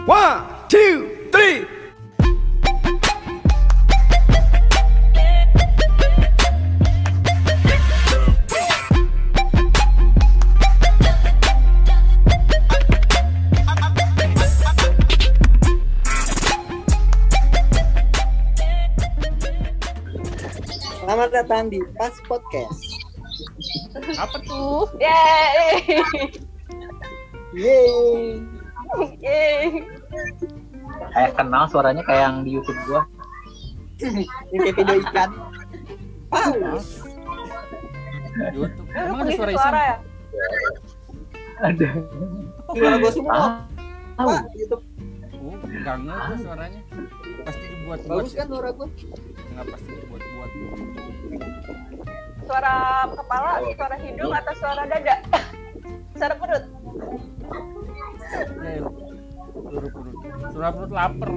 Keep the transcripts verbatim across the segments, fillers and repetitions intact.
One, two, three. Selamat datang di Pas Podcast. Apa tuh? Yeay. Yeay. Yeay. Kayak kenal suaranya kayak yang di YouTube gua. Ini kayak video ikan. Paus. YouTube. Lu Emang ada pengisi suara suara iseng? ya? Ada. Suara gue semua. Tahu. Pak, YouTube. Oh, enggak tuh suaranya. Pasti dibuat-buat. Bagus kan suara gue? Enggak pasti dibuat-buat. Suara kepala, suara hidung atau suara dada? Suara perut. Ya, suara perut. Suara perut lapar.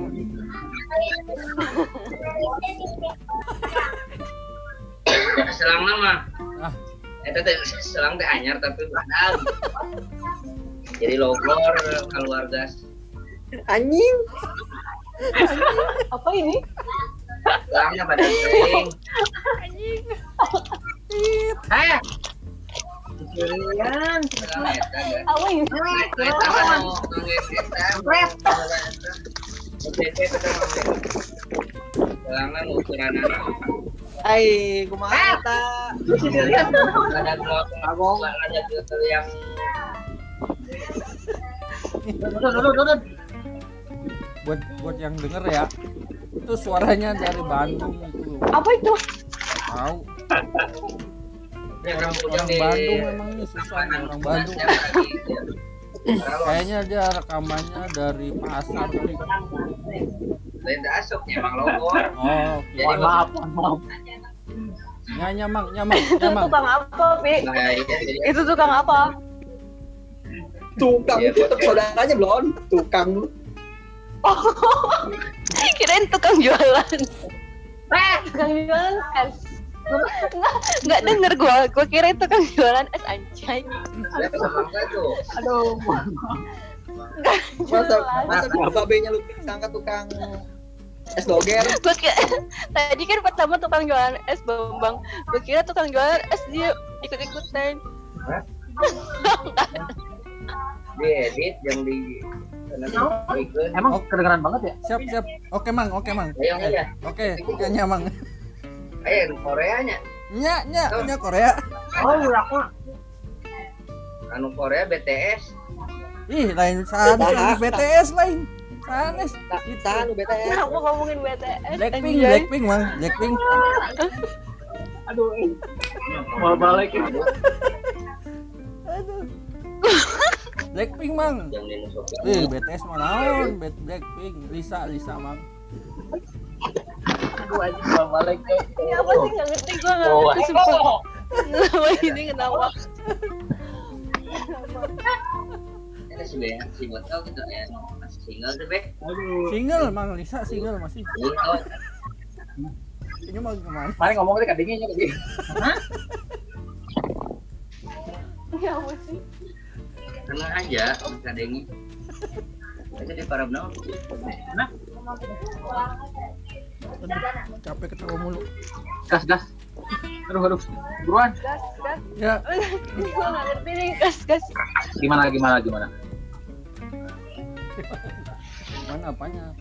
Selang nama. Ah, Itu teh selang teh anyar tapi badan. Jadi logor keluarga. Anjing. Apa ini? Selangnya badan kering. anjing. Heh. Kecilian. Selang eta kan. Apa ini? Eta kan nongeng eta. Oke, kita ketemu. Selangnya ukuranana. Hai, kumaha eta? Ada dua Agong. ada dua yang Buat buat yang denger ya. Itu suaranya dari Bandung itu. Apa itu? Tahu. orang Orang Bandung memang ini susah nih, orang Bandung. Kayaknya dia rekamannya dari pasar kali. Lain asupnya emang logor. Oh, oke. Jadi Maaf, maaf. Ya, nyamang, nyamang, Itu nyamang. tukang apa, Pi? nah, iya, jadi Itu tukang apa? Tukang Iya, itu iya. saudaranya belum? Tukang. Oh, kirain tukang jualan. Eh, tukang jualan es. Nggak, nggak denger gua. Gua kirain tukang jualan es anjay. dia semangka tuh. Aduh. Nggak Masa jelas. masa babenya lu sangka tukang es doger. Gua kira, tadi kan pertama tukang jualan es Bambang. Gua kira tukang jualan es dia ikut-ikutan. Diedit yang di bikin. Emang kedengeran banget ya? Siap, siap. Oke, Mang, oke, Mang. Ayo Eh, aja. Oke, ya nyamang. Ayo Koreanya. Nya, nya, nya Korea. Oh, aku. Anu Korea B T S. Ih, lain sanes Nah, B T S lain. Sanes. Tak tahan B T S. Kenapa ngomongin B T S? Blackpink, anjay? Blackpink, Mang. Blackpink. Aduh. Mau balik ya. Aduh. Blackpink, Mang. Yang di Nusok. Eh, B T S mah naon? Bet- Blackpink, Lisa, Lisa, Mang. Aduh, anjing mau balik. Ini apa sih nggak ngerti gua nggak ngerti sumpah. Kenapa ini kenapa? Ini si Bea, si Botol gitu ya. Masih single tuh, Be. Aduh. Single, Mang. Lisa single masih. Oh, Ini mau gimana? Mari ngomong tadi kadingnya tadi. Ini apa sih? tenang aja, kadengi. Aja di para benang. Nah, Aduh, capek ketawa mulu. Gas, gas. Aduh, aduh. Buruan. Gas, gas. Ya, Gua nggak ngerti nih, gas, gas. Gimana, gimana, gimana? mana apanya?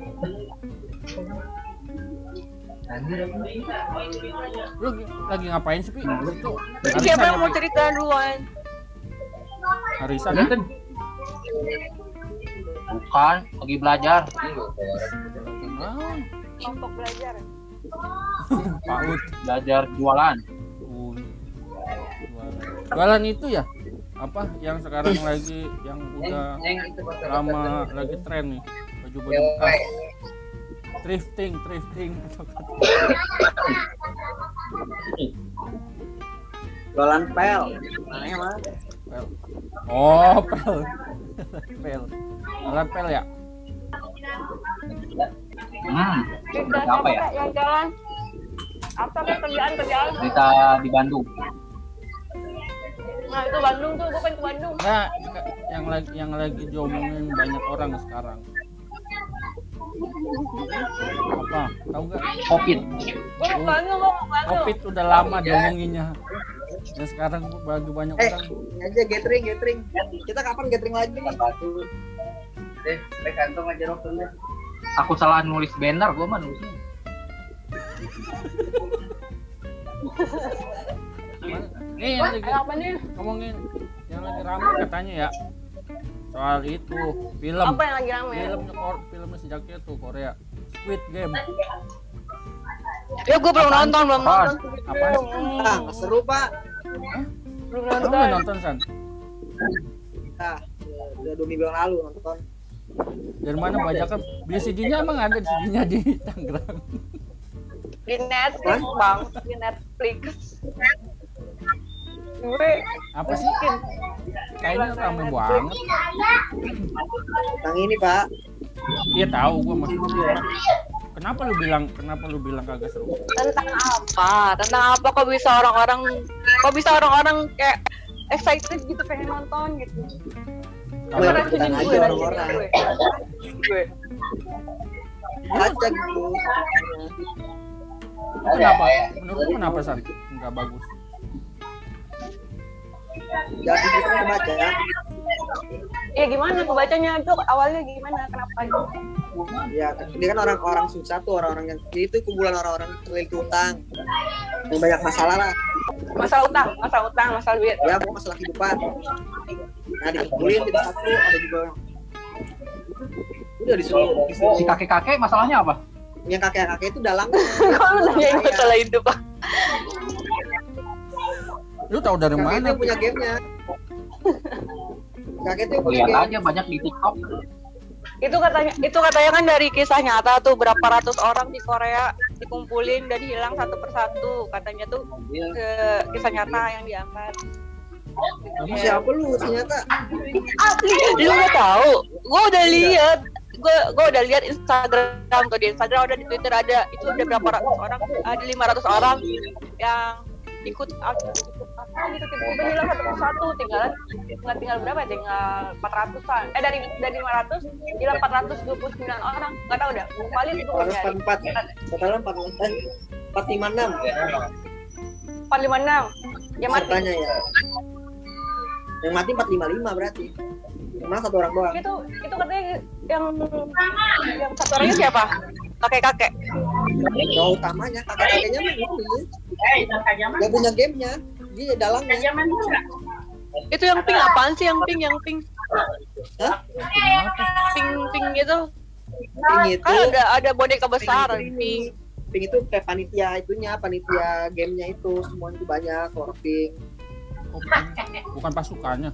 Lu lagi ngapain sih, Pi? Itu Siapa yang mau cerita duluan? Arisan Ada ya? kan? Bukan, lagi belajar. Kenal. Kelompok belajar. Paut. Belajar jualan. Uh, Jualan. Jualan itu ya? Apa yang sekarang lagi yang udah Neng itu bakal lama lagi tren nih? Baju-baju bekas. Thrifting, thrifting. Jualan pel. Namanya mah. Pel. Oh, pel. Pel. Jualan pel ya? Hmm. Cerita Apa siapa ya? Kak, yang jalan? Apa kayak kerjaan kerjaan? Cerita di Bandung. Nah itu Bandung tuh, gue pengen ke Bandung. Nah, yang lagi yang lagi diomongin banyak orang sekarang. Apa? Tahu nggak? Covid. Gue mau bantu, gue mau bantu. Covid udah lama diomonginnya. Dan sekarang bagi banyak Eh, orang. ini aja gathering, gathering. Kita kapan gathering lagi nih? Deh, deh kantong aja rokok deh. Aku salah nulis banner, gua mah nulisnya. Nih yang lagi Apa nih? ngomongin yang lagi rame katanya ya soal itu film. Apa yang lagi rame? Filmnya Kor- filmnya sejaknya tuh Korea. Squid Game. Ya gue belum nonton, belum Apaan? nonton. Apaan? Ah, nggak seru pak. Belum Kamu nonton. nggak nonton San? Nah, udah dua minggu yang lalu nonton. Dari mana bajakan? Beli C D-nya emang ada C D-nya di Tangerang. Di Netflix bang, di Netflix. Gue Apa sih? Kayaknya rame banget. Yang ini pak. Iya tahu gua maksudnya. Kenapa lu bilang kenapa lu bilang kagak seru? tentang apa? Tentang apa kok bisa orang-orang kok bisa orang-orang kayak excited gitu pengen nonton gitu. Gue Karena ikutan gue, aja gue, orang-orang. gue. Gue. Baca gitu. kenapa? Menurut lu kenapa San? Enggak bagus. Jadi kita kan baca. Ya gimana kebacanya tuh awalnya gimana? Kenapa gitu? Ya, dia kan orang-orang susah tuh, orang-orang yang itu kumpulan orang-orang terlilit utang. Yang banyak masalah lah. Masalah utang, masalah utang, masalah duit. Ya, pokoknya masalah kehidupan. Nah, dikumpulin jadi satu, ada juga udah disuruh, disuruh. Si kakek-kakek masalahnya apa? Yang kakek-kakek itu dalang. Kalau nanyain masalah hidup ah. Lu tahu dari Kakek itu mana? yang punya gamenya. Kakek itu yang punya Lihat game. aja banyak di TikTok. Itu katanya itu katanya kan dari kisah nyata tuh berapa ratus orang di Korea dikumpulin dan hilang satu persatu. Katanya tuh ke kisah nyata yang diangkat. Kamu Siapa lu ternyata? Asli, lu nggak tahu? Gue udah lihat, gue gue udah lihat Instagram tuh di Instagram ada di Twitter ada itu udah berapa ratus orang? Ada lima ratus orang yang ikut ikut apa gitu tiba-tiba hilang satu persatu tinggal tinggal tinggal berapa ya? Tinggal empat ratusan eh dari dari lima ratus hilang empat ratus dua puluh sembilan orang nggak tahu dah kali itu gue empat ratus empat puluh empat. Totalnya empat ratus empat ratus lima puluh enam. empat ratus lima puluh enam yang mati Pesertanya ya. Yang mati empat ratus lima puluh lima berarti. Cuma satu orang doang. itu itu katanya yang yang satu orangnya siapa kakek-kakek Yang utamanya kakek-kakeknya mah ini. Yang punya gamenya. Dia dalangnya. itu yang pink apaan sih yang pink yang pink Hah? kenapa? pink pink gitu Pink itu. kan ada ada boneka besar Pink itu, pink Pink itu kayak panitia itunya, panitia gamenya itu semuanya itu banyak orang Pink. Oh, bukan pasukannya.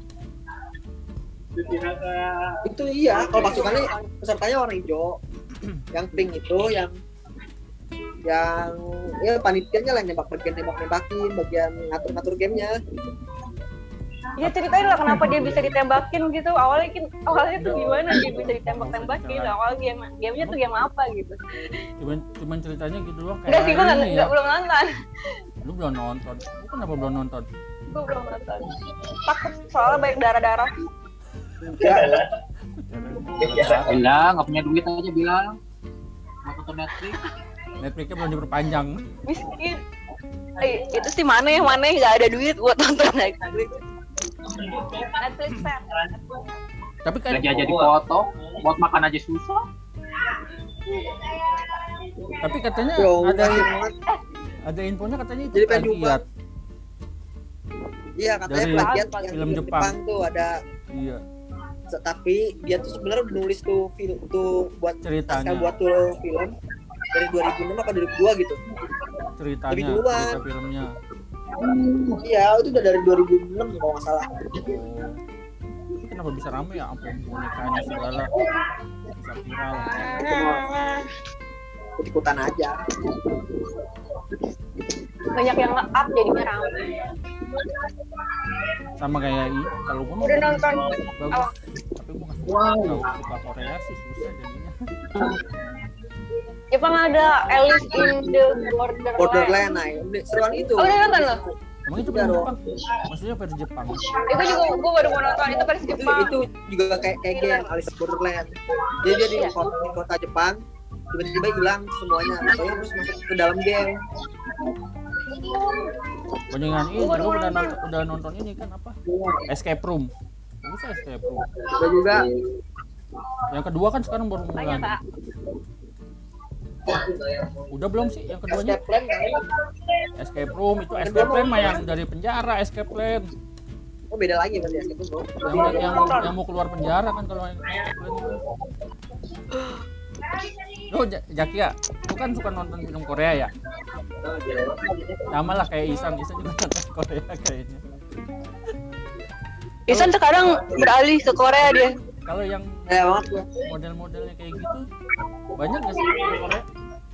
Itu iya, kalau pasukannya pesertanya warna hijau. Yang Pink itu yang yang ya panitianya lah yang nembak bagian nembak nembakin, bagian ngatur ngatur gamenya. ya ceritain lah kenapa dia bisa ditembakin gitu awalnya kan awalnya tuh gimana dia bisa ditembak tembakin awal game gamenya tuh game apa gitu Cuman cuman ceritanya gitu doang kayak. enggak sih gue nggak ini nggak belum nonton Lu belum nonton. Lu kenapa belum nonton? gue belum nonton takut soalnya banyak darah darah Enggak lah. Bilang nggak punya duit aja bilang. Mau nonton Netflix. Netflix-nya belum diperpanjang. miskin eh, itu sih mana yang mana yang nggak ada duit buat nonton Netflix Netflix fan Tapi kan Gaji aja dipoto, buat makan aja susah. tapi katanya Yo, ada banget. ada infonya katanya itu Jadi pengen plagiat. Iya katanya Dari plagiat film yang film di Jepang. tuh ada. Iya, Tapi dia tuh sebenarnya udah nulis tuh film tuh buat ceritanya. naskah buat tuh film dari dua ribu enam apa dua ribu dua gitu. Ceritanya, Lebih duluan. cerita filmnya. Iya, itu udah dari dua ribu enam kalau nggak salah. Oh. Ini kenapa bisa rame ya? Sampai bonekanya segala bisa viral. Ikut-ikutan aja. banyak yang nge-up jadinya ramai Sama kayak i, kalau gua mah udah nonton bagus. apa? Tapi gua nggak suka. Nggak suka Korea sih susah jadinya. Jepang ada Alice in the Borderland. Borderland, nah ini seruan itu. Oh, udah nonton lo? Emang itu Iya film dong. Jepang? Maksudnya versi Jepang? Itu juga gue baru mau nonton, itu versi Itu, Jepang. itu juga kayak kayak game Alice in Borderland. Jadi dia di Iya. kota, di kota Jepang, tiba-tiba hilang semuanya, soalnya terus masuk ke dalam game. Mendingan ini lu udah nonton, udah nonton ini kan apa? Escape Room. Bisa Escape Room. Udah juga. Yang kedua kan sekarang baru mulai. Udah belum sih yang keduanya? Escape Plan kan? Escape Room itu Escape Plan mah yang dari penjara Escape Plan. Oh beda lagi berarti Escape Room. Yang yang yang mau keluar penjara kan kalau yang Escape Plan itu. Lo Jaki ya, lu kan suka nonton film Korea ya? Sama lah kayak Isan, Isan juga nonton Korea kayaknya. Isan sekarang beralih ke Korea dia. Kalau yang Ya banget gua. model-modelnya kayak gitu banyak nggak sih film Korea?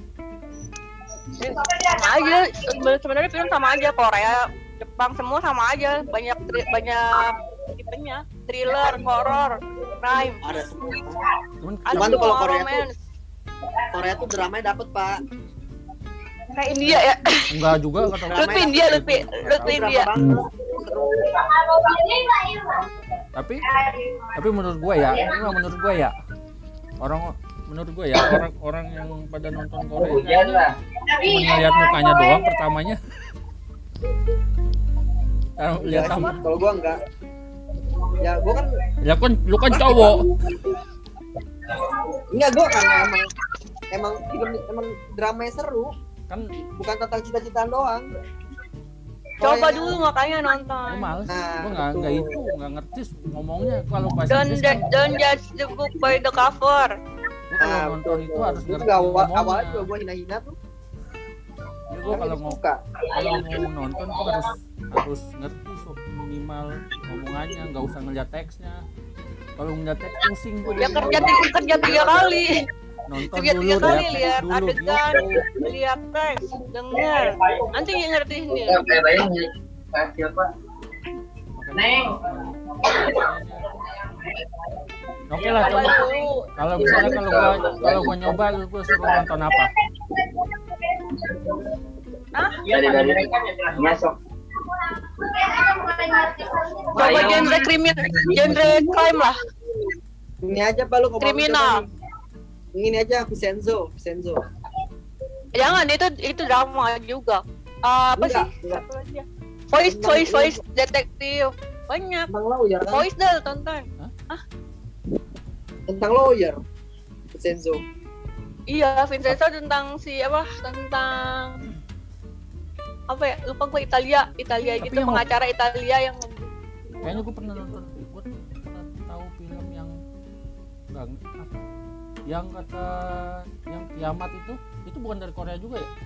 Sama aja, sebenarnya film sama aja, Korea, Jepang semua sama aja, banyak tri- banyak tipenya, thriller, horror, crime, Ada semua. Cuman ada Cuman tuh kalau semua Korea romance. Korea tuh dramanya dapet pak. Kayak India ya. enggak juga kata Lu tuh India, lu tuh lu tuh India. Drama banget. Seru. tapi tapi menurut gue ya ini mah menurut gue ya orang menurut gue ya orang-orang yang pada nonton Korea ini cuma ngeliat mukanya doang pertamanya. Kalau lihat Ya, sama kalau gua enggak. Ya gua kan ya kan lu kan cowok. enggak gua karena emang emang film emang dramanya seru, Kan bukan tentang cita-citaan doang. Coba Korea- dulu makanya nonton. gue males, Nah, gue nggak nggak itu nggak ngerti ngomongnya kalau bahasa Don't Inggris judge, kan. don't judge the book by the cover. Gue kalau Nah, nonton betul, itu betul. harus Gua ngerti juga awal awalnya ngomongnya. juga gua hina-hina tuh. Ya, gue Karena kalau gua mau suka. kalau mau nonton tuh harus harus ngerti so, minimal ngomongannya, nggak usah ngeliat teksnya. Kalau ngeliat teks pusing gue. Ya kerja tiga, kerja tiga kali. Nonton Kerja dulu, tiga kali lihat lihat teks dulu, adegan, gitu. lihat teks, denger. Nanti yang ngerti ini. Ya, kayak bayang kayak siapa? Neng. Oke lah, coba. Kalau misalnya kalau gua kalau gua nyoba, lu gua suruh nonton apa? Hah? Dari dari masuk. Coba genre kriminal, genre crime lah. Ini aja Pak lu kalau mau Kriminal. coba nih. Ini aja Vincenzo, Vincenzo. Jangan, itu itu drama juga. Ah, apa Enggak, sih? enggak. Satu lagi ya. Voice, voice, voice, detektif. Banyak. Tentang lawyer kan? Voice Del, tonton. Tentang lawyer. Vincenzo. Iya, Vincenzo tentang si apa? Tentang apa ya? Lupa gue Italia, Italia Tapi gitu, yang- pengacara Italia yang Kayaknya gua pernah nonton, gua pernah tahu film yang bang apa? Yang kata yang kiamat itu, itu bukan dari Korea juga ya?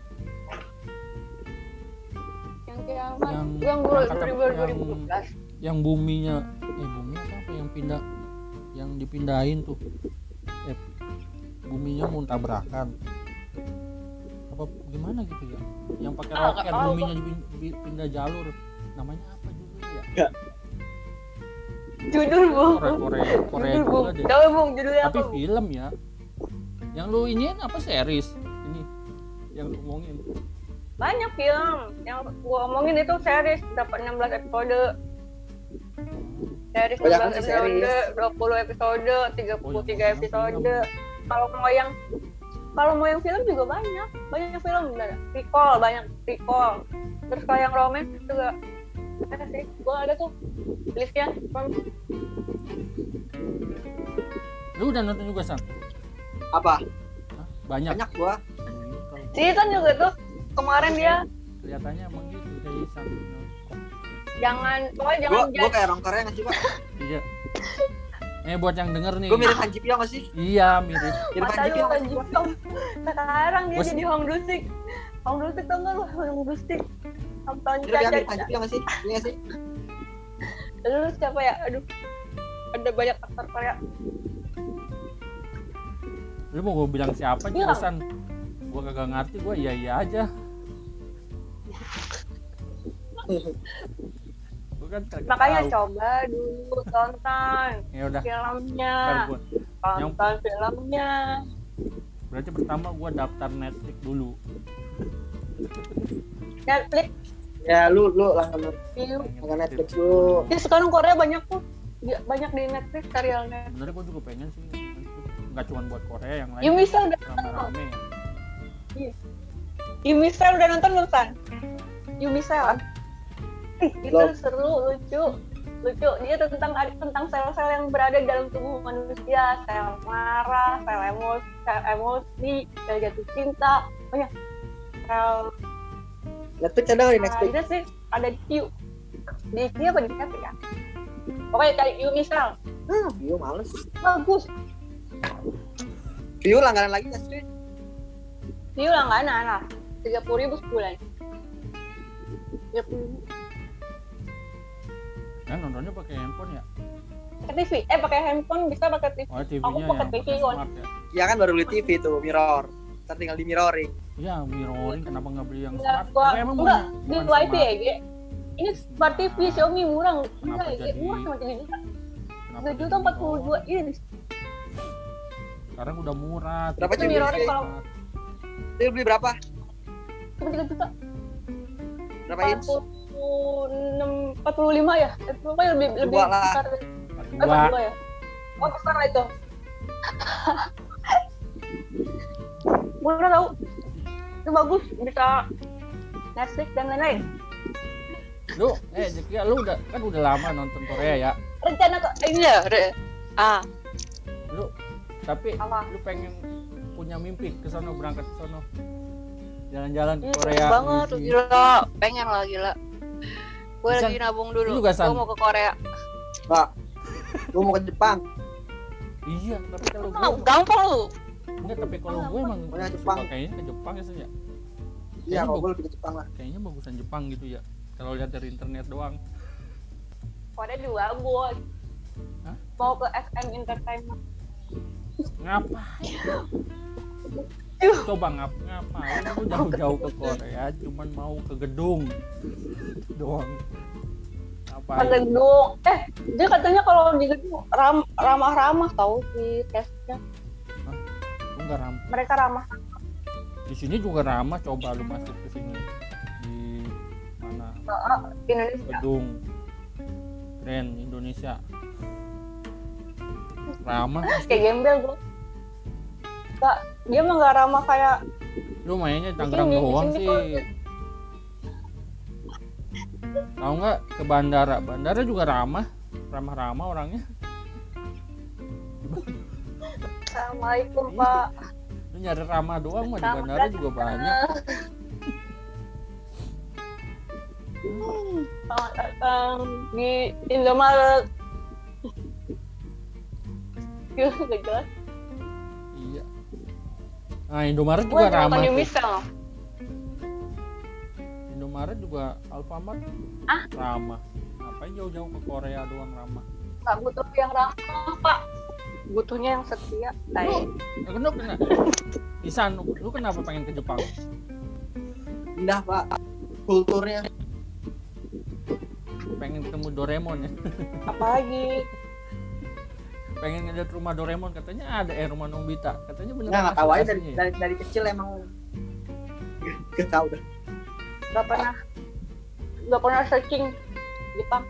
yang kiamat, Yang yang yang dua kata ribu yang dua belas. yang buminya, eh bumi apa, apa yang pindah, yang dipindahin tuh, eh buminya mau tabrakan, apa gimana gitu ya? Yang pakai Ah, roket nggak tahu, buminya dipin- dipindah jalur, namanya apa juga ya? Judul bu. Korea Korea Korea Judul bu. juga deh. Coba bung, judulnya Tapi apa? Bu? film ya. Yang lu iniin apa series? Ini yang lu ngomongin. Banyak film yang gua omongin itu series, dapat enam belas episode. Series enam Banyak belas sih episode, series. dua puluh episode, tiga puluh tiga Oh, iya, episode. film. Kalau mau yang kalau mau yang film juga banyak, banyak film bener. Recall, banyak recall. Terus kalau yang romance juga ada sih, gua ada tuh listnya. Lu udah nonton juga San? Apa? Hah? Banyak. Banyak gua. Hmm, kalau Season juga tuh kemarin dia kelihatannya emang gitu dari San. jangan, pokoknya jangan Gua gua judge. kayak orang Korea nggak sih Pak? Iya. Eh buat yang denger nih. Gua mirip Han Ji Pyong nggak sih? Iya mirip. Mirip Masa Han Ji lu Pyong nggak kan sih, Pak? Jepang. Sekarang dia Gua- jadi Hong Dusik. Hong Dusik tau gak lu? Hong Dusik. Nonton Mirip ya, Caca. mirip Han Ji Pyong nggak sih? Iya nggak sih? Lu siapa ya? Aduh. Ada banyak aktor Korea. Lu mau gue bilang siapa Bilang. juga San? Gua kagak ngerti, gua iya iya aja. Gua kan kagak Makanya tahu. coba dulu tonton Ya udah. filmnya. Ntar gua. Yang- Tonton filmnya. Berarti pertama gua daftar Netflix dulu. Netflix. Ya lu lu langganan Film. langganan Netflix dulu. Ya sekarang Korea banyak tuh. Ya, banyak di Netflix serialnya. Sebenarnya gua juga pengen sih Netflix. nggak cuma buat Korea, yang lain Yumi Cell udah rame-rame. Yumi Cell udah nonton belum San? Yumi Cell. Ih, itu Belum. seru, lucu. Lucu. Dia tentang tentang sel-sel yang berada di dalam tubuh manusia, sel marah, sel emosi, sel emosi, sel jatuh cinta, banyak. Sel Netflix ada nggak di Netflix? ada sih, ada di Q. Di Q apa di Netflix ya? Pokoknya kayak Yumi Cell. Hmm, View males. Bagus. View langganan lagi nggak sih? View langganan lah, tiga puluh ribu sebulan. tiga puluh ribu. Nah, nontonnya pakai handphone ya? Pakai T V, eh pakai handphone bisa pakai T V. Oh, T V-nya Aku yang pakai T V pakai kan. smart ya? Ya kan baru beli T V tuh, mirror. Ntar tinggal di mirroring. Iya, mirroring, kenapa nggak beli yang Enggak, smart? gua Gua emang enggak bukan- di bukan wifi smart. ya, Ge. Ini smart T V Xiaomi murah. Kenapa Enggak, Ge. jadi- Murah cuma tiga juta. Kenapa tiga jadi juta empat puluh dua. mirroring? Ini Sekarang udah murah. Berapa T V sih mirroring kalau- smart. Dia beli berapa? cuma tiga juta. Berapa empat inch? puluh enam, empat puluh lima ya? Eh, pokoknya lebih lebih Dua lah. besar. Eh, Dua. empat puluh dua ya? Oh, besar lah itu. Murah tau. Itu bagus, bisa Netflix dan lain-lain. Lu, eh Zekia, lu udah kan udah lama nonton Korea ya. Rencana tuh, eh, iya, re- ah, Lu tapi Apa? lu pengen punya mimpi ke sono, berangkat ke sono. Jalan-jalan ke Iya, Korea. banget, Wih, gila, pengen lah, gila. Gue San, lagi nabung dulu, lu juga, San? gue mau ke Korea. Pak, gue mau ke Jepang. Iya, tapi kalau Ah, gua gampang lu. enggak, tapi kalau gue emang Pokoknya suka Jepang. kayaknya ke Jepang ya, Sen, ya. Iya, kalau bagus. gue lebih ke Jepang lah. Kayaknya bagusan Jepang gitu ya. Kalau lihat dari internet doang. Korea juga bos. Hah? Mau ke S M Entertainment. Ngapain? Coba ngap ngapain lu jauh-jauh ke Korea cuman mau ke gedung doang. Ke Ngapain? gedung. Eh, dia katanya kalau di gedung ram, ramah-ramah tau si testnya. Lu nggak ram. Mereka ramah. Di sini juga ramah, coba lu masuk ke sini. Di mana? Uh, Indonesia. Gedung Grand Indonesia. Ramah. Kayak gembel bro. Gak, dia mah gak ramah kayak Lu mainnya Tangerang Di sini, doang di sini sih. Tahu nggak ke bandara? Bandara juga ramah, ramah-ramah orangnya. Assalamualaikum Pak. Lu nyari ramah doang mah di Selamat bandara datang. juga banyak. Selamat datang di Indomaret. Gila, gak jelas. Iya. Nah, Indomaret Gue juga nonton ramah. Yumi Tuh. Cell. Indomaret juga Alfamart Ah? ramah. Ngapain jauh-jauh ke Korea doang ramah? Gak butuh yang ramah Pak. Butuhnya yang setia. Tai. Nah, kenapa kena? Isan, lu, lu kenapa pengen ke Jepang? Indah, Pak. Kulturnya. Pengen ketemu Doraemon ya? Apalagi? Pengen ngeliat rumah Doraemon, katanya ada eh rumah Nobita. Katanya bener. Nggak, nggak tahu aja dari, aslinya ya? dari, dari kecil emang gak tahu dah. Gak pernah. Gak pernah searching Jepang.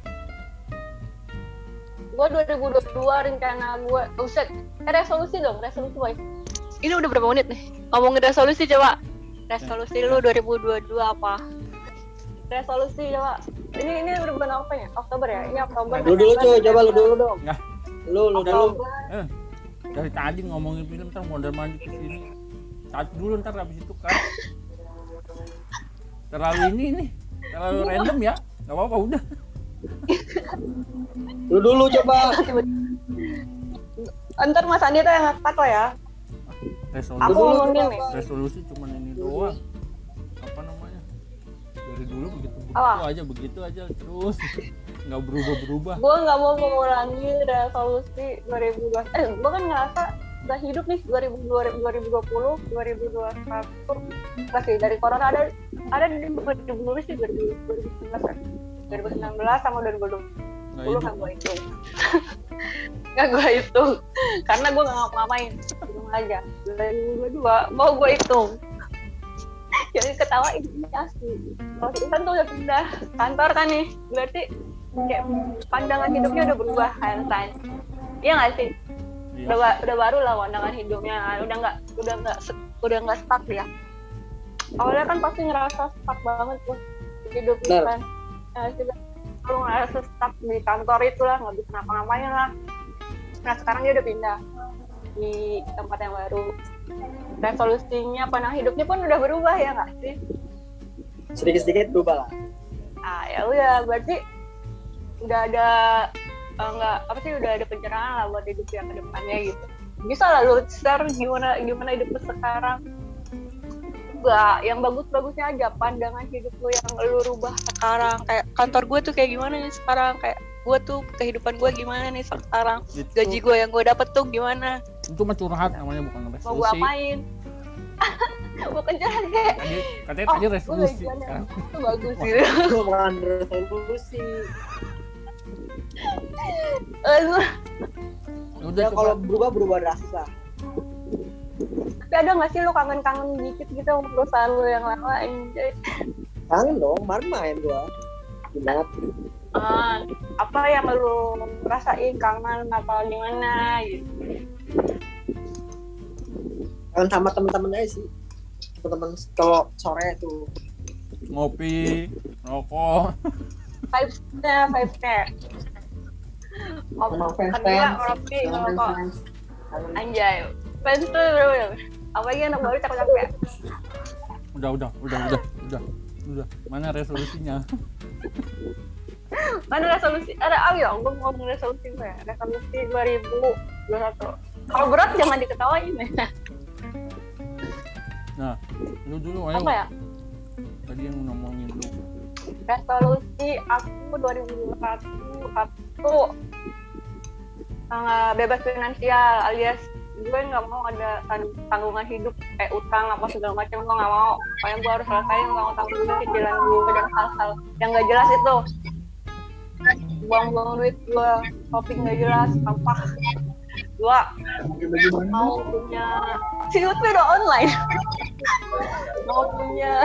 Gue dua ribu dua puluh dua rencana gue. Uset. Eh, resolusi dong, resolusi boy. Ini udah berapa menit nih? Ngomongin resolusi coba. Resolusi lu dua ribu dua puluh dua apa? Resolusi coba. Ini ini udah bulan apa ya? Oktober ya? Ini Oktober. Lu dulu cuy, coba lu dulu dong. Nggak. Lu, lu dulu. Oktober. Eh, dari tadi ngomongin film ntar mondar mandir ke sini. Satu dulu ntar habis itu kan. Terlalu ini nih, terlalu random ya. Gak apa-apa udah. Lu dulu coba. Ntar Mas Andi tuh yang ngekat lo ya. Resolusi, Aku dulu ngomongin coba, nih. Pak. resolusi cuman ini doang. Apa namanya? Dari dulu begitu begitu Apa? aja, begitu aja terus. Nggak berubah-berubah. Gue nggak mau mengulangi resolusi dua ribu dua puluh. Eh, gue kan ngerasa udah hidup nih dua ribu dua puluh, dua ribu dua puluh satu. Masih dari corona ada ada di dua ribu dua puluh sih dua ribu sembilan belas. dua ribu sembilan belas sama dua ribu dua Nggak puluh hidup. kan gue hitung. Nggak gue hitung karena gue nggak ngapa-ngapain. Hitung aja. dua ribu dua puluh dua mau gue hitung. Jadi ketawa ini asli. Kalau kita kan tuh udah pindah kantor kan nih, berarti kayak pandangan hidupnya udah berubah kan, San? Iya nggak sih? Iya. udah ba- udah baru lah pandangan hidupnya, udah nggak udah nggak se- udah nggak stuck ya. Awalnya kan pasti ngerasa stuck banget tuh hidup itu Benar. kan. Nah, sudah lu ngerasa stuck di kantor itu lah, nggak bisa ngapa-ngapain lah. Nah sekarang dia udah pindah di tempat yang baru. Resolusinya, pandangan hidupnya pun udah berubah ya nggak sih? Sedikit-sedikit berubah lah. Ah ya udah, berarti udah ada eh, nggak apa sih udah ada pencerahan lah buat hidup yang kedepannya gitu. Bisa lah lu share gimana gimana hidup lu sekarang. Enggak, yang bagus-bagusnya aja pandangan hidup lu yang lu rubah sekarang. Kayak kantor gue tuh kayak gimana nih sekarang, kayak gue tuh kehidupan gue gimana nih sekarang, Itu- gaji gue yang gue dapet tuh gimana, Itu mah curhat namanya, bukan mau gue resolusi. apain. Bukan jalan kayak Tadi katanya oh tadi gue resolusi. gajiannya Sekarang itu bagus gitu. Bukan resolusi. Eh, udah Ya coba. kalau berubah berubah drastis lah. tapi ada nggak sih lu kangen-kangen dikit gitu sama perusahaan lu yang lama anjay? Kangen dong, kemarin main gua. Gimana? Ah, apa yang lu rasain kangen atau gimana gitu? Kangen sama temen-temen aja sih. Temen-temen kalau sore tuh. Ngopi, rokok. Vibes-nya, vibes-nya. Sama fans Kedua, fans. ngopi, Sama ngerokok. fans fans. Anjay. Fans tuh bener-bener. Apalagi anak baru cakep-cakep. Udah, udah, udah, udah, udah, udah. Mana resolusinya? Mana resolusi? Ada ah ya, gue mau ngomong resolusi gue ya. Resolusi dua ribu dua puluh satu. Kalau berat jangan diketawain ya. Nah, lu dulu ayo. Apa ya? Tadi yang ngomongin lu. Resolusi aku dua ribu dua puluh satu satu uh, bebas finansial, alias gue nggak mau ada tang- tanggungan hidup kayak utang apa segala macam, gue nggak mau. Pokoknya gue harus selesaiin utang-utang gue, cicilan gue dan hal-hal yang nggak jelas itu. Buang-buang duit gue, shopping nggak jelas, sampah. Dua, mau punya si Lutfi udah online. Mau punya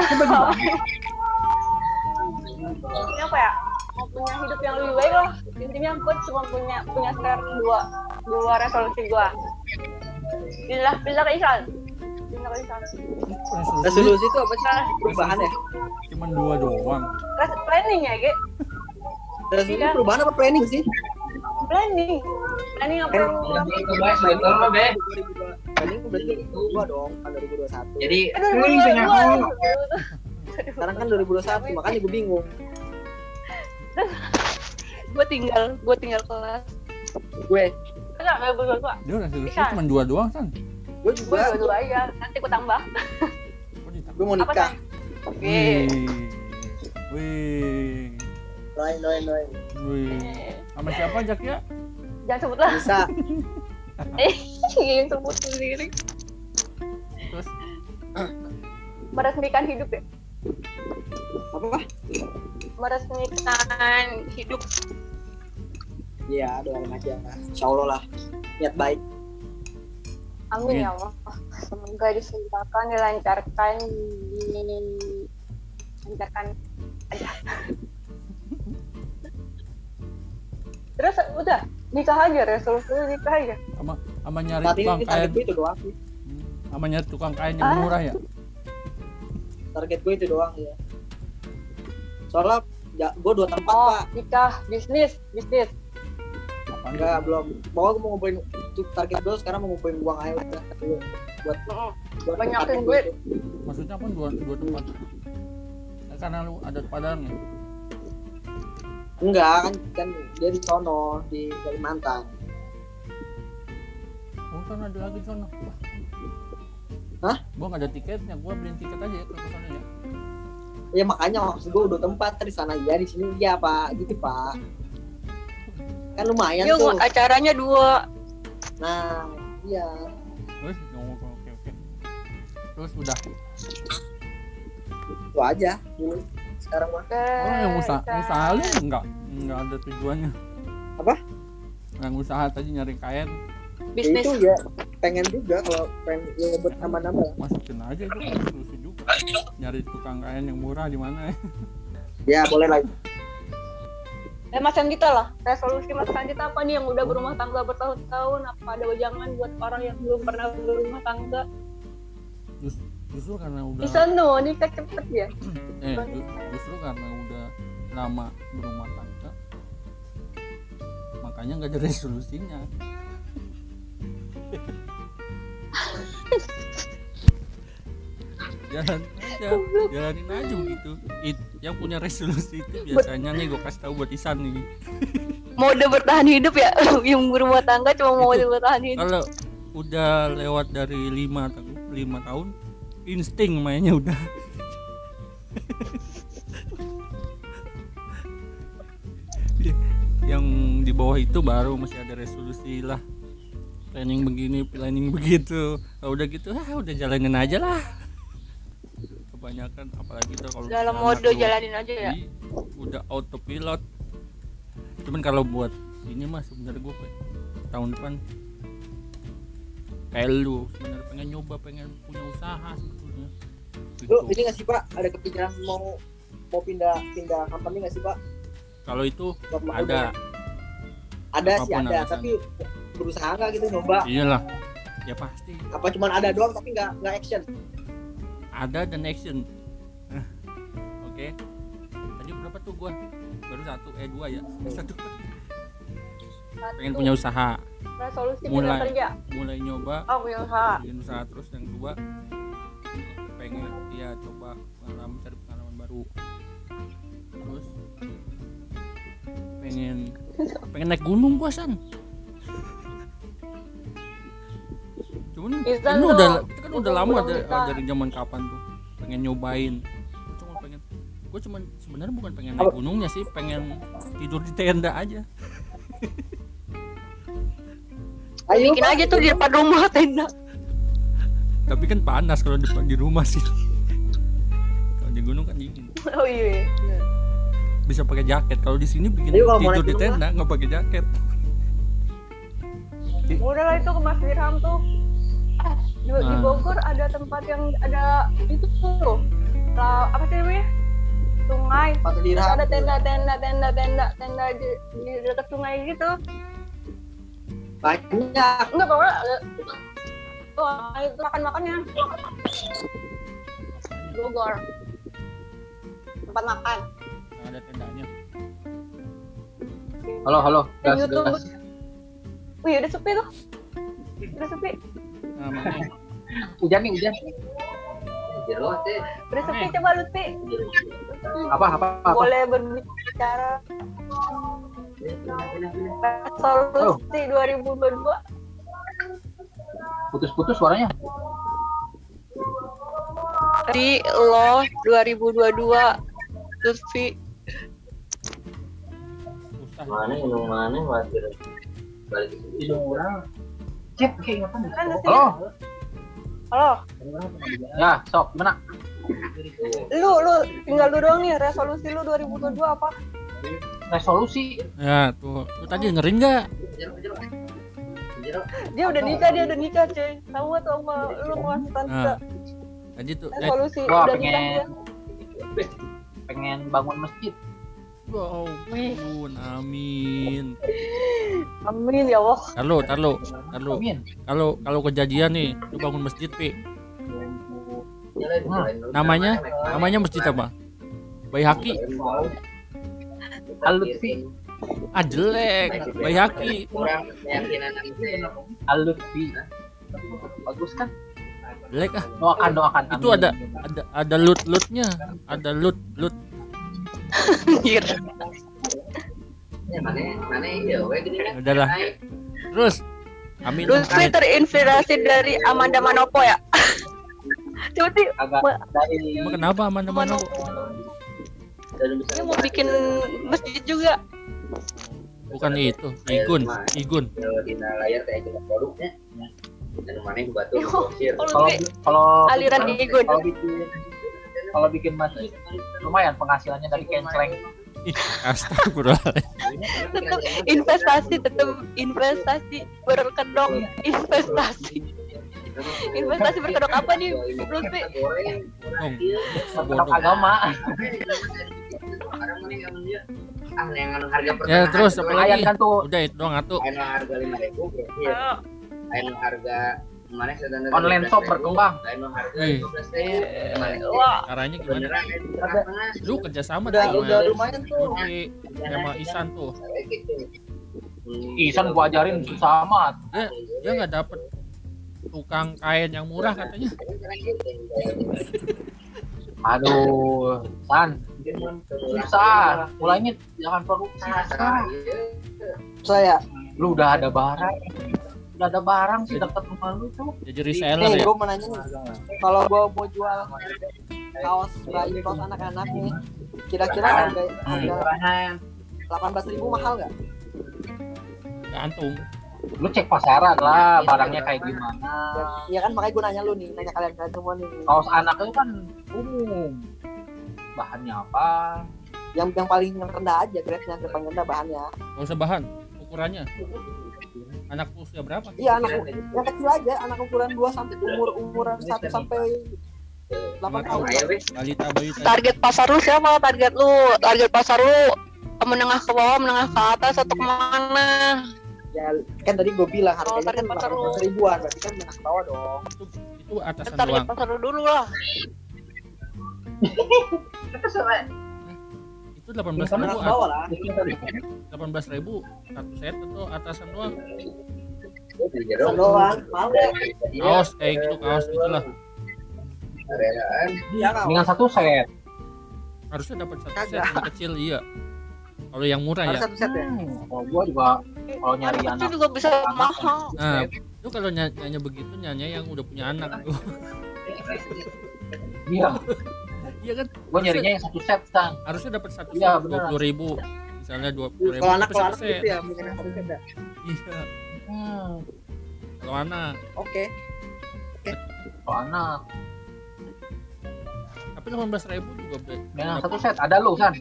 ini apa ya, mau punya hidup yang lebih baik lah. Intinya gue cuma punya punya share dua dua resolusi gue. Pindah pindah ke Isan, pindah ke Isan. Resolusi Resolusi itu apa sih? Perubahan ya? cuman dua doang. Res- planning ya, Ge? Resolusi Iya. perubahan apa planning sih? Planning, planning apa lu? Itu bahas betul mah be. Planning itu berarti dua dong, kan dua ribu dua puluh satu. Jadi Aduh, dua ribu dua puluh dua. Sekarang kan dua ribu dua puluh satu, makanya gue bingung. Gue tinggal, gue tinggal kelas. Gue, Enggak, enggak, gue gue Dia resolusi Bisa. cuma dua doang, San. gue gue juga. dua dua aja. Nanti gue tambah. Kok ditambah? Gue mau Apa nikah. sih? Oke. Wih. Wih. Doain, doain, doain. Wih. Sama siapa ajak ya? Jangan sebut lah. Bisa. Eh, yang sebut sendiri. Terus Meresmikan hidup ya. Apa? Meresmikan hidup. Iya, doain aja. Insya Allah lah. Niat baik. Amin Amin. ya Allah. Semoga diselenggarakan, dilancarkan, dilancarkan aja. Terus udah nikah aja, resolusi nikah aja. sama sama nyari Saat tukang ini kain. target gue itu doang sih. Sama nyari tukang kain yang Ah. murah ya. Target gue itu doang ya. Soalnya ya, gue dua tempat Oh, pak. nikah, bisnis, bisnis. Apaan? Enggak, belum. Mau gue mau ngumpulin untuk target gue sekarang mau ngumpulin uang aja udah dulu buat Mm-mm. buat Banyakin target gue duit. itu. Maksudnya apa dua dua tempat? Ya, karena lu ada di Padang ya. Enggak kan kan dia di sono di Kalimantan. Oh, kan ada lagi di sana. Wah. Hah? Gua nggak ada tiketnya, gua beliin tiket aja ya ke sana ya. Ya makanya maksud gue udah tempat di sana ya, di sini ya pak, gitu pak. Kan lumayan Yuk, tuh. acaranya dua. Nah, iya. Terus ngomong oke oke. Terus udah. Itu aja dulu. Sekarang mah. Orang yang usaha Kita- usaha lu enggak enggak ada tujuannya. Apa? Yang usaha tadi nyari kain, Ya bisnis. itu ya pengen juga kalau pengen ya buat nambah-nambah. masukin aja itu kan solusi juga. Nyari tukang kain yang murah di mana ya? Ya boleh lah. Eh Mas Anggita lah, resolusi Mas Anggita apa nih yang udah berumah tangga bertahun-tahun? Apa ada wejangan buat orang yang belum pernah berumah tangga? Just, justru karena udah Bisa no, nikah cepet ya. eh ju- justru karena udah lama berumah tangga, makanya nggak ada resolusinya. Jalan aja, jalanin aja begitu. It, yang punya resolusi itu biasanya nih gue kasih tahu buat Isan nih. Mode bertahan hidup ya, yang berumah tangga cuma mau Itu, bertahan hidup. Kalau udah lewat dari lima tahun, lima tahun, insting mainnya udah. Yang di bawah itu baru masih ada resolusi lah. Planning begini, planning begitu. Kalau udah gitu, ah udah jalanin aja lah. Kebanyakan apalagi tuh kalau Dalam anak mode lu, jalanin aja ya. i- udah autopilot. Cuman kalau buat ini mah sebenarnya gue tahun depan kayak lu sebenarnya pengen nyoba, pengen punya usaha sebetulnya. Lu Gitu. ini nggak sih Pak, ada kepikiran mau mau pindah pindah company nggak sih Pak? Kalau itu Buat mau ada, ada sih apapun ada, alasannya. tapi berusaha nggak gitu nyoba? iyalah, ya pasti Apa cuman ada doang tapi nggak nggak action? ada dan action. Nah, oke. Tadi berapa tuh gua? Baru satu, eh dua ya. Satu. Pengen punya usaha, resolusi mulai. pindah kerja. mulai nyoba, Oh punya usaha. bikin usaha terus. Yang kedua, pengen ya coba pengalaman, cari pengalaman baru. Terus pengen pengen naik gunung gua San. Cuman Isan ini tuh, udah kita kan udah udah- lama udah dari, bisa. dari zaman kapan tuh pengen nyobain. Gua cuma pengen gue cuman sebenarnya bukan pengen naik gunungnya sih, pengen tidur di tenda aja. Ayo Bikin Pak. aja tuh di depan rumah tenda. Tapi kan panas kalau di, di rumah sih. Kalau di gunung kan dingin. Oh iya. Bisa pakai jaket. Kalau di sini bikin Ayo, kalau mau tidur naik di gunung tenda nggak pakai jaket. Udah lah itu ke Mas Dirham tuh. Eh, di, di Nah. Bogor ada tempat yang ada itu tuh. Lah, apa sih namanya? Sungai. Pak Terus Dirham. ada tenda tenda tenda tenda tenda di, di dekat sungai gitu. Banyak. Enggak pokoknya ada oh, itu makan-makannya Bogor. Tempat makan. Nah, ada tendanya. Halo, halo. Di Gas, YouTube. gas. Wih, udah sepi tuh. Udah sepi. Nah, makanya. Hujan nih, hujan. Jero teh. Udah sepi Eh. coba Lutfi. Apa, apa, apa? Boleh berbicara resolusi dua ribu dua puluh dua. Putus-putus suaranya. Di lo dua ribu dua puluh dua Lutfi. Susah. Mana yang mana wajar. Balik ke sini. Hidung orang. Cep, kayak ngapain? Kan di sini. Halo. Halo. Ya, sok, gimana? Lu lu tinggal lu doang nih, resolusi lu dua ribu dua puluh dua apa? Resolusi. Ya, tuh. Lu tadi dengerin nggak? Jero, jero. Jero. Dia udah nikah, dia udah nikah, cuy. Sama tuh sama lu Mas Tante. Nah, tadi tuh eh, Resolusi Gua udah nikah dia. pengen pengen bangun masjid. wow, ampun, amin. Amin ya Allah. Taruh, taruh, taruh. Amin. Kalau kalau kejadian nih, lu bangun masjid, Pi. Jalan, jalan. Namanya, namanya masjid apa? Baihaqi. Al-Lutfi. Ah, jelek. Baihaqi. Kurang keyakinan itu. Al-Lutfi. Bagus kan? Jelek ah. Doakan, doakan. Itu Amin. ada ada ada lut-lutnya. Ada lut lut. Anjir. Ya, mana mana iya we gini kan. Udahlah. Terus amin. Lutfi amin. terinspirasi dari Amanda Manopo ya. Coba sih, Agak dari Emang kenapa mana-mana? Dan bisa dia mau bikin masjid juga. Bukan itu, Igun, Igun. di layar kayak kita produknya. Dan mana yang batu bosir. Oh, kalau Lutfi kalau aliran Igun. kalau bikin kalau bikin masjid lumayan penghasilannya dari canceling. Ih, astagfirullah. Tetap investasi, tetap investasi berkedok, investasi. Investasi berkedok apa nih, Lutfi? Dong, Berkedok bodoh. agama. Orang mana yang dia ah yang harga Ya pertengahan terus itu apa kan. lagi? Lumayan kan tuh. Udah itu doang atuh. Ayo harga lima ribu berarti ya. Ayo. Ayo harga mana sedang Online shop berkembang. Ayo harga Eh. dua belas ribu. Gimana? Wah, Caranya gimana? Beneran ya, di tengah-tengah. Lu kerjasama Udah tuh udah sama lumayan tuh. Yuri sama Isan tuh. Kayak gitu. Hmm, Isan gua ajarin susah amat. Dia dia nggak dapet tukang kain yang murah katanya. Aduh, San, susah. Mulainya jangan perlu susah. Saya. Lu udah ada barang, udah ada barang sih dekat rumah lu tuh. Jadi reseller Nih, ya. gue mau nanya nih. Kalau gue mau jual kaos bayi, kaos anak-anak nih, kira-kira harga harga delapan belas ribu mahal nggak? Gantung. Lu cek pasaran lah, barangnya kayak gimana. Iya kan makanya gue nanya lu nih, nanya kalian kalian semua nih. Kaos anak itu kan umum. Bahannya apa? Yang yang paling yang rendah aja, grade-nya yang paling rendah bahannya. Gak usah bahan. Ukurannya. Anak usia berapa? Iya anak yang kecil aja, anak ukuran dua sampai umur umuran satu sampai delapan tahun. Ayo weh. Balita balita. target pasar lu siapa? Target lu, target pasar lu menengah ke bawah, menengah ke atas atau kemana? Ya kan tadi gue bilang Oh, harganya kan target pasar delapan lu. belas ribuan, berarti kan menengah ke bawah dong. Itu, itu atasan Target doang. pasar lu dulu lah. Itu delapan belas Menengah ribu. ke bawah lah. delapan belas ribu satu set atau atasan doang. Pesan doang, mau deh. Kaos kayak gitu kaos itulah. Areaan. Iya kan? Dengan satu set. Harusnya dapat satu set Kagak. yang kecil iya. Kalau yang murah Harus ya. satu set ya. Hmm, kalau gua juga kalau nyari Anak anak kecil juga bisa mahal. Nah, itu kalau ny- nyanyi begitu nyanyi yang udah punya anak tuh. iya, Iya kan? gua nyarinya yang satu set kan. Harusnya dapat satu Iya, set beneran. dua puluh ribu. Misalnya dua puluh ribu Kalau anak dapat kalau satu anak set. gitu ya, mungkin yang satu set ya. Iya. Hmm, Kalau anak. Oke. kalau anak Tapi delapan belas ribu juga be- dengan satu set ada lu San.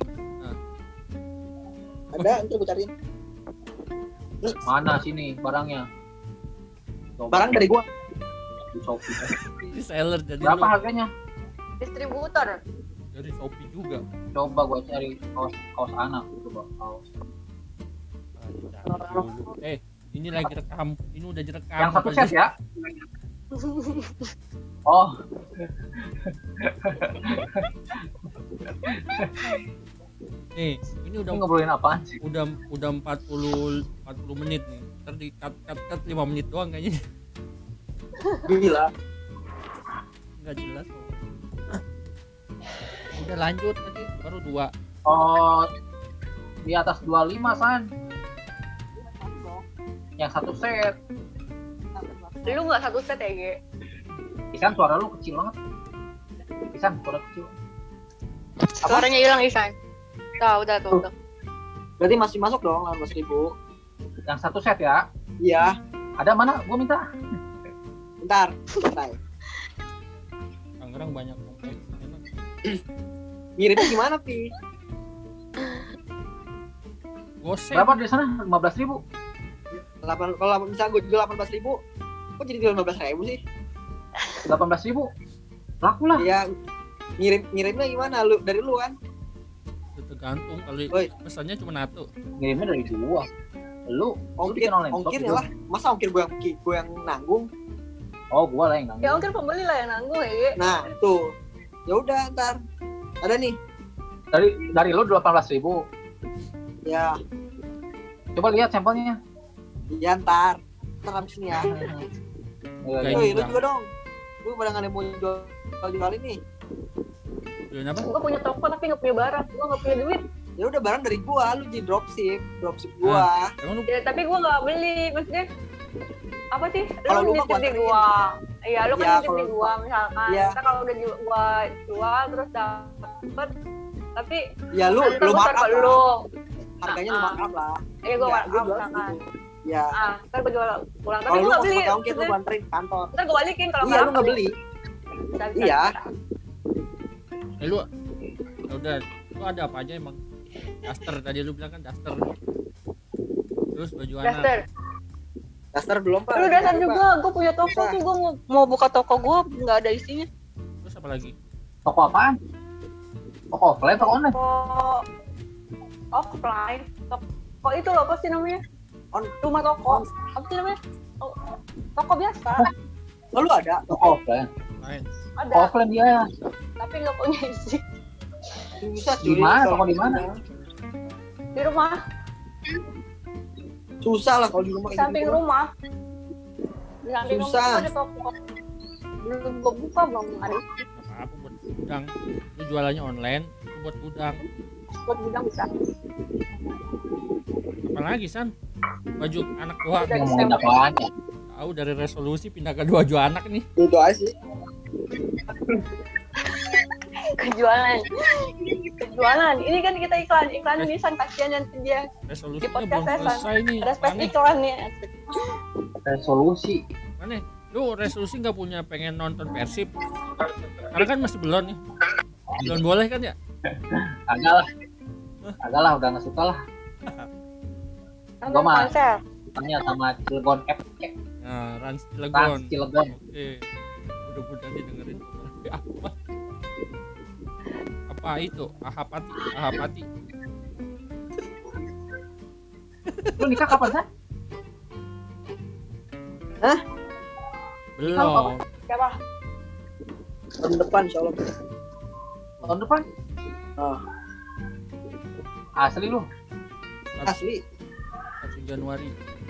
Ada, ntar gue cariin. Mana sini barangnya? Coba Barang dari gua. di Shopee. reseller jadi Berapa lu harganya? Distributor. dari Shopee juga. Coba gua cari kaos kaos anak coba kaos. Ah, dicari dulu. Eh, ini lagi rekam. Ini udah direkam. Yang satu apa set sih? ya? Oh, Nih, ini udah ini ngobrolin apaan sih? udah udah empat puluh empat puluh menit nih. Ntar di cut cut cut lima menit doang kayaknya. Gila. Nggak jelas. Udah lanjut tadi baru dua. Oh, di atas dua puluh lima San. Yang satu set. Lu nggak satu set ya, Ge? Isan suara lu kecil banget. Isan suara kecil. Suaranya hilang, Isan. Nah, udah tuh. Udah. Berarti masih masuk dong delapan belas ribu. Yang satu set ya. Iya. Ada mana? Gua minta. Bentar. Bentar. Tangerang banyak kompleks enak. Ngirimnya gimana, Pi? Gosek. Berapa di sana? lima belas ribu. delapan kalau misalnya gue jual delapan belas ribu, kok jadi jual lima belas ribu sih? delapan belas ribu. Laku lah. Iya. Ngirim ngirimnya gimana? Lu dari lu kan? Tergantung kalau Woi. pesannya cuma satu. Ngirimnya dari gua. Lu Ongkir, bikin online shop ongkirnya juga. lah. Masa ongkir gue yang gue yang nanggung? Oh, gua lah yang nanggung. Ya mungkin pembeli lah yang nanggung ya, Ge. Nah, tuh. Ya udah, ntar. Ada nih. Dari dari lu delapan belas ribu. Ya, Coba lihat sampelnya. iya ntar. Ntar habis nih ya. Kayak Woi, gitu. lu juga dong. Lu pada nggak ada yang mau jual jual ini? Jualnya apa? Gua punya toko tapi nggak punya barang. Gua nggak punya duit. Ya udah barang dari gua, lu jadi dropship, dropship gua. Emang lu Ya, tapi gua nggak beli. Maksudnya apa sih? Kalau lu Lu mah nitip di kuanterin. gua. Iya, lu kan Ya, nitip di kalau- gua misalkan. Iya. Ntar kalau udah ju- gua jual terus dapet, tapi Ya lu ntar lu gua markup taruh ke lah. lu. Harganya lu Ah. markup lah. Iya, gua Ya, markup gua jual misalkan. segitu. Ya. Ah, ntar gua jual pulang. Tapi Kalau gua lu nggak mau beli. pakai ongkir lu Maksudnya, anterin ke kantor. ntar gua balikin kalau Iya, lu nggak laku. beli. Bisa, bisa, Iya. bisa. eh, lu ya udah lu ada apa aja emang? Daster tadi lu bilang kan daster. Terus baju anak. Daster. Daster belum, Pak. Lu dasar Pak. juga, gue punya toko Bisa. tuh, gue mau, mau buka toko gue nggak ada isinya. Terus apa lagi? Toko apaan? Toko offline, toko online. Toko offline. Toko itu loh apa sih namanya? On Rumah toko. Apa sih namanya? Oh, toko biasa. oh, lu ada Toko offline. Lain. Ada. Offline dia. Tapi logonya isi susah Di mana? Toko di mana? di rumah, susah lah kalau di rumah di kayak samping gitu. rumah. Di samping Susah. rumah ada toko. Belum kebuka belum hari. Apa-apa buat gudang. Lu jualannya online, lu buat gudang. Buat gudang bisa. Apalagi San? Baju anak tua. Udah Ngomongin apaan ya? Tahu dari resolusi pindah ke dua baju anak nih. Itu aja sih. Kejualan. Kejualan. Ini kan kita iklan, iklan ini San kasihan nanti dia di Resolusinya belum podcast San. selesai nih. Ada space Maneh, iklannya. Resolusi. maneh. Lu resolusi nggak punya pengen nonton Persib? Karena kan masih belum nih. Belum boleh kan ya? Agak lah. Agak lah, udah nggak suka lah. Nonton Gua mah. konser. Tanya sama Cilegon F C. Nah, Rans Trans Cilegon. Cilegon. Oke. Mudah-mudahan didengerin. Eh, apa? Apa itu? Ahapati, Ahapati. Lu nikah kapan, San? Belum. Siapa? Tahun depan insyaallah. Tahun depan? Oh, Asli lu? asli. satu Januari.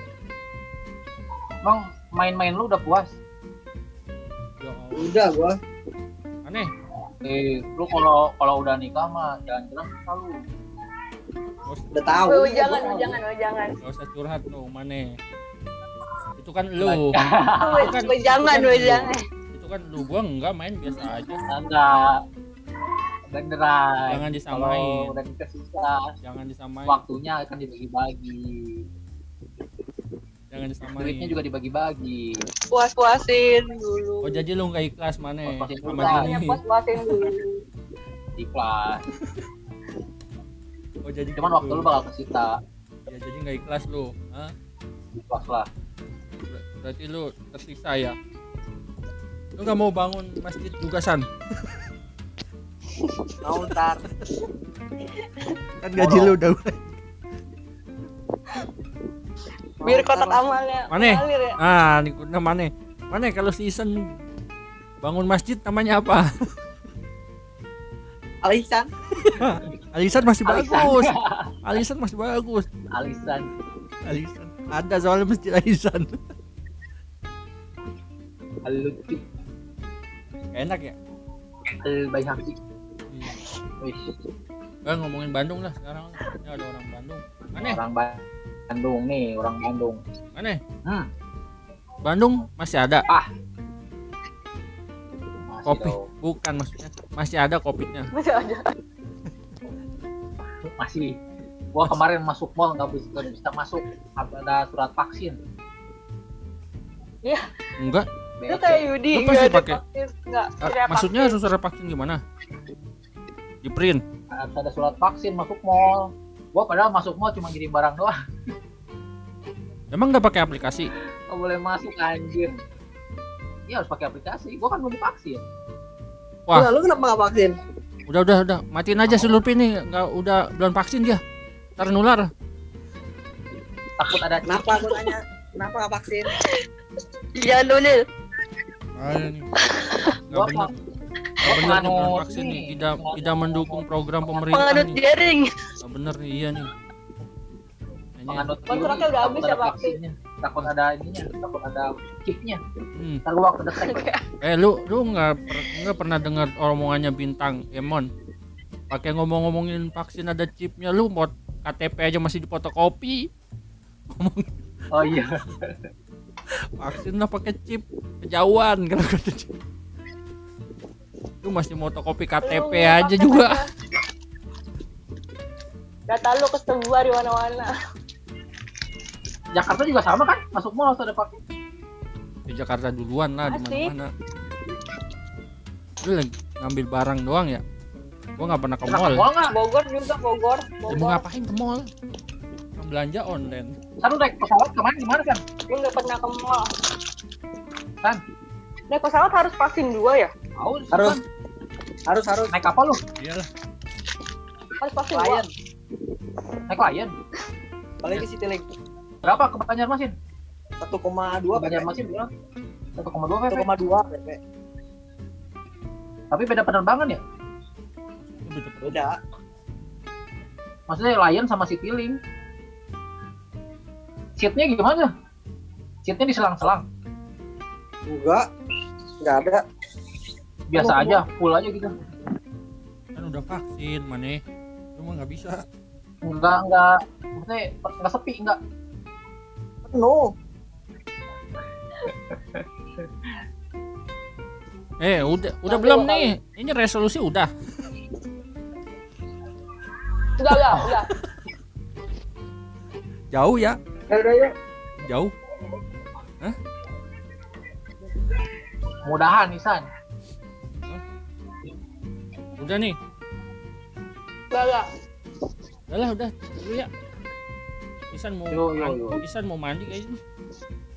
Emang main-main lu udah puas? Ya Allah. Udah gua. Aneh. Eh, lu kalau kalau udah nikah mah jalan-jalan selalu. Gak usah, Udah tahu. Oh, jangan, oh, jangan, oh, jangan. gak usah curhat lu, Maneh. Itu kan lu. Oh, Bukan- oh, jangan, bukan oh, lu. jangan. Itu kan lu, gua enggak main biasa aja. Enggak. Beneran. Jangan disamain. Kalau udah nikah susah. Jangan disamain. Waktunya akan dibagi-bagi. Jangan disamain. Duitnya juga dibagi-bagi. Puas-puasin dulu. Oh jadi lu nggak ikhlas Maneh Puas-puasin sama dulu. Makanya Dini. puas-puasin dulu. Ikhlas. Oh jadi Cuman gitu. waktu lu bakal kesita. Ya jadi nggak ikhlas lu. Hah? Ikhlas lah. Ber- Berarti lu tersiksa ya. Lu nggak mau bangun masjid juga San? Mau ntar. Kan gaji lu udah. Biar kotak amalnya Maneh. mengalir ya. Ah, ini guna Maneh. Maneh kalau season bangun masjid namanya apa? Alisan. Alisan masih Alisan. bagus. Alisan masih bagus. Alisan. Alisan. Ada soalnya masjid Alisan. Al-Lutfi. Enak ya? Al-Bayhaqi. Hmm. Wih, Eh, ngomongin Bandung lah sekarang. Ini ada orang Bandung. Maneh, orang Bandung nih, orang Bandung. Maneh. Hmm. Bandung masih ada Masih kopi? dong. Bukan maksudnya. Masih ada kopinya. Masih ada. Masih. Gua kemarin masuk mall nggak bisa, nggak bisa masuk. Ada surat vaksin. Enggak. Itu kayak Yudi Lu enggak pasti ada pakai. vaksin, enggak. Ah, Tidak maksudnya vaksin. harus surat vaksin gimana? Di print. Harus ada surat vaksin masuk mall. Gua padahal masuk mall cuma ngirim barang doang. Emang nggak pakai aplikasi? Nggak boleh masuk anjir. Iya harus pakai aplikasi. Gua kan belum divaksin. Wah. Nah, lu kenapa nggak vaksin? Udah udah udah matiin aja si Lutfi nih. Nggak udah belum vaksin dia. Ntar nular. Takut ada Kenapa aku nanya? Kenapa nggak vaksin? Jangan dulu Nil. Ayo nih. Nggak Gua benar. Nggak benar nih belum vaksin nih. Tidak tidak mendukung program pemerintah Penganut nih. jaring. Nggak bener nih iya nih. Kayaknya. penganut Kontraknya udah habis takut ya, ada Pak? vaksinnya. Takut ada ininya, takut ada chipnya. Hmm. Ntar gua kedetek lagi. Eh lu lu nggak per- nggak pernah dengar omongannya Bintang Emon? Pakai ngomong-ngomongin vaksin ada chipnya, lu mau K T P aja masih difotokopi. Ngomong Oh iya. vaksin lah pakai chip kejauhan kalau kata chip. Lu masih mau fotokopi K T P Lu aja pakai juga. aja. Data lu kesebar di mana-mana. Jakarta juga sama kan? Masuk mall harus ada vaksin. Di Jakarta duluan lah di Asik. mana-mana. Lu lagi ngambil barang doang ya? Gua nggak pernah ke Pernah mall. ke mall nggak? Bogor juga Bogor. Ya, mau Bogor. ngapain ke mall? Belanja online. San naik pesawat kemarin gimana kan? Gue nggak pernah ke mall. San, Naik pesawat harus vaksin dua ya? tahu Harus. San? Harus harus. Naik kapal lu? Iyalah. Harus vaksin dua. Lion. Naik Lion. Balik ke Citylink. Berapa ke Banjarmasin? satu koma dua Ke Banjarmasin bilang satu koma dua satu koma dua P P. Tapi beda penerbangan ya? Beda. Maksudnya Lion sama Citylink. Seatnya gimana? Seatnya diselang-selang. Enggak. Enggak ada. Biasa aja, full aja gitu. Kan udah vaksin, maneh. Lu mah nggak bisa. Enggak, enggak. Maksudnya enggak sepi, enggak. No. Eh, udah udah belum nih. Ini resolusi udah. Udah, udah, udah. Jauh ya? Ya udah ya. Jauh. Mudahan Isan. Udah nih. Udah, udah. Udah lah, udah. Dulu ya. Isan mau Yo, yo, yo. Isan mau mandi kayaknya.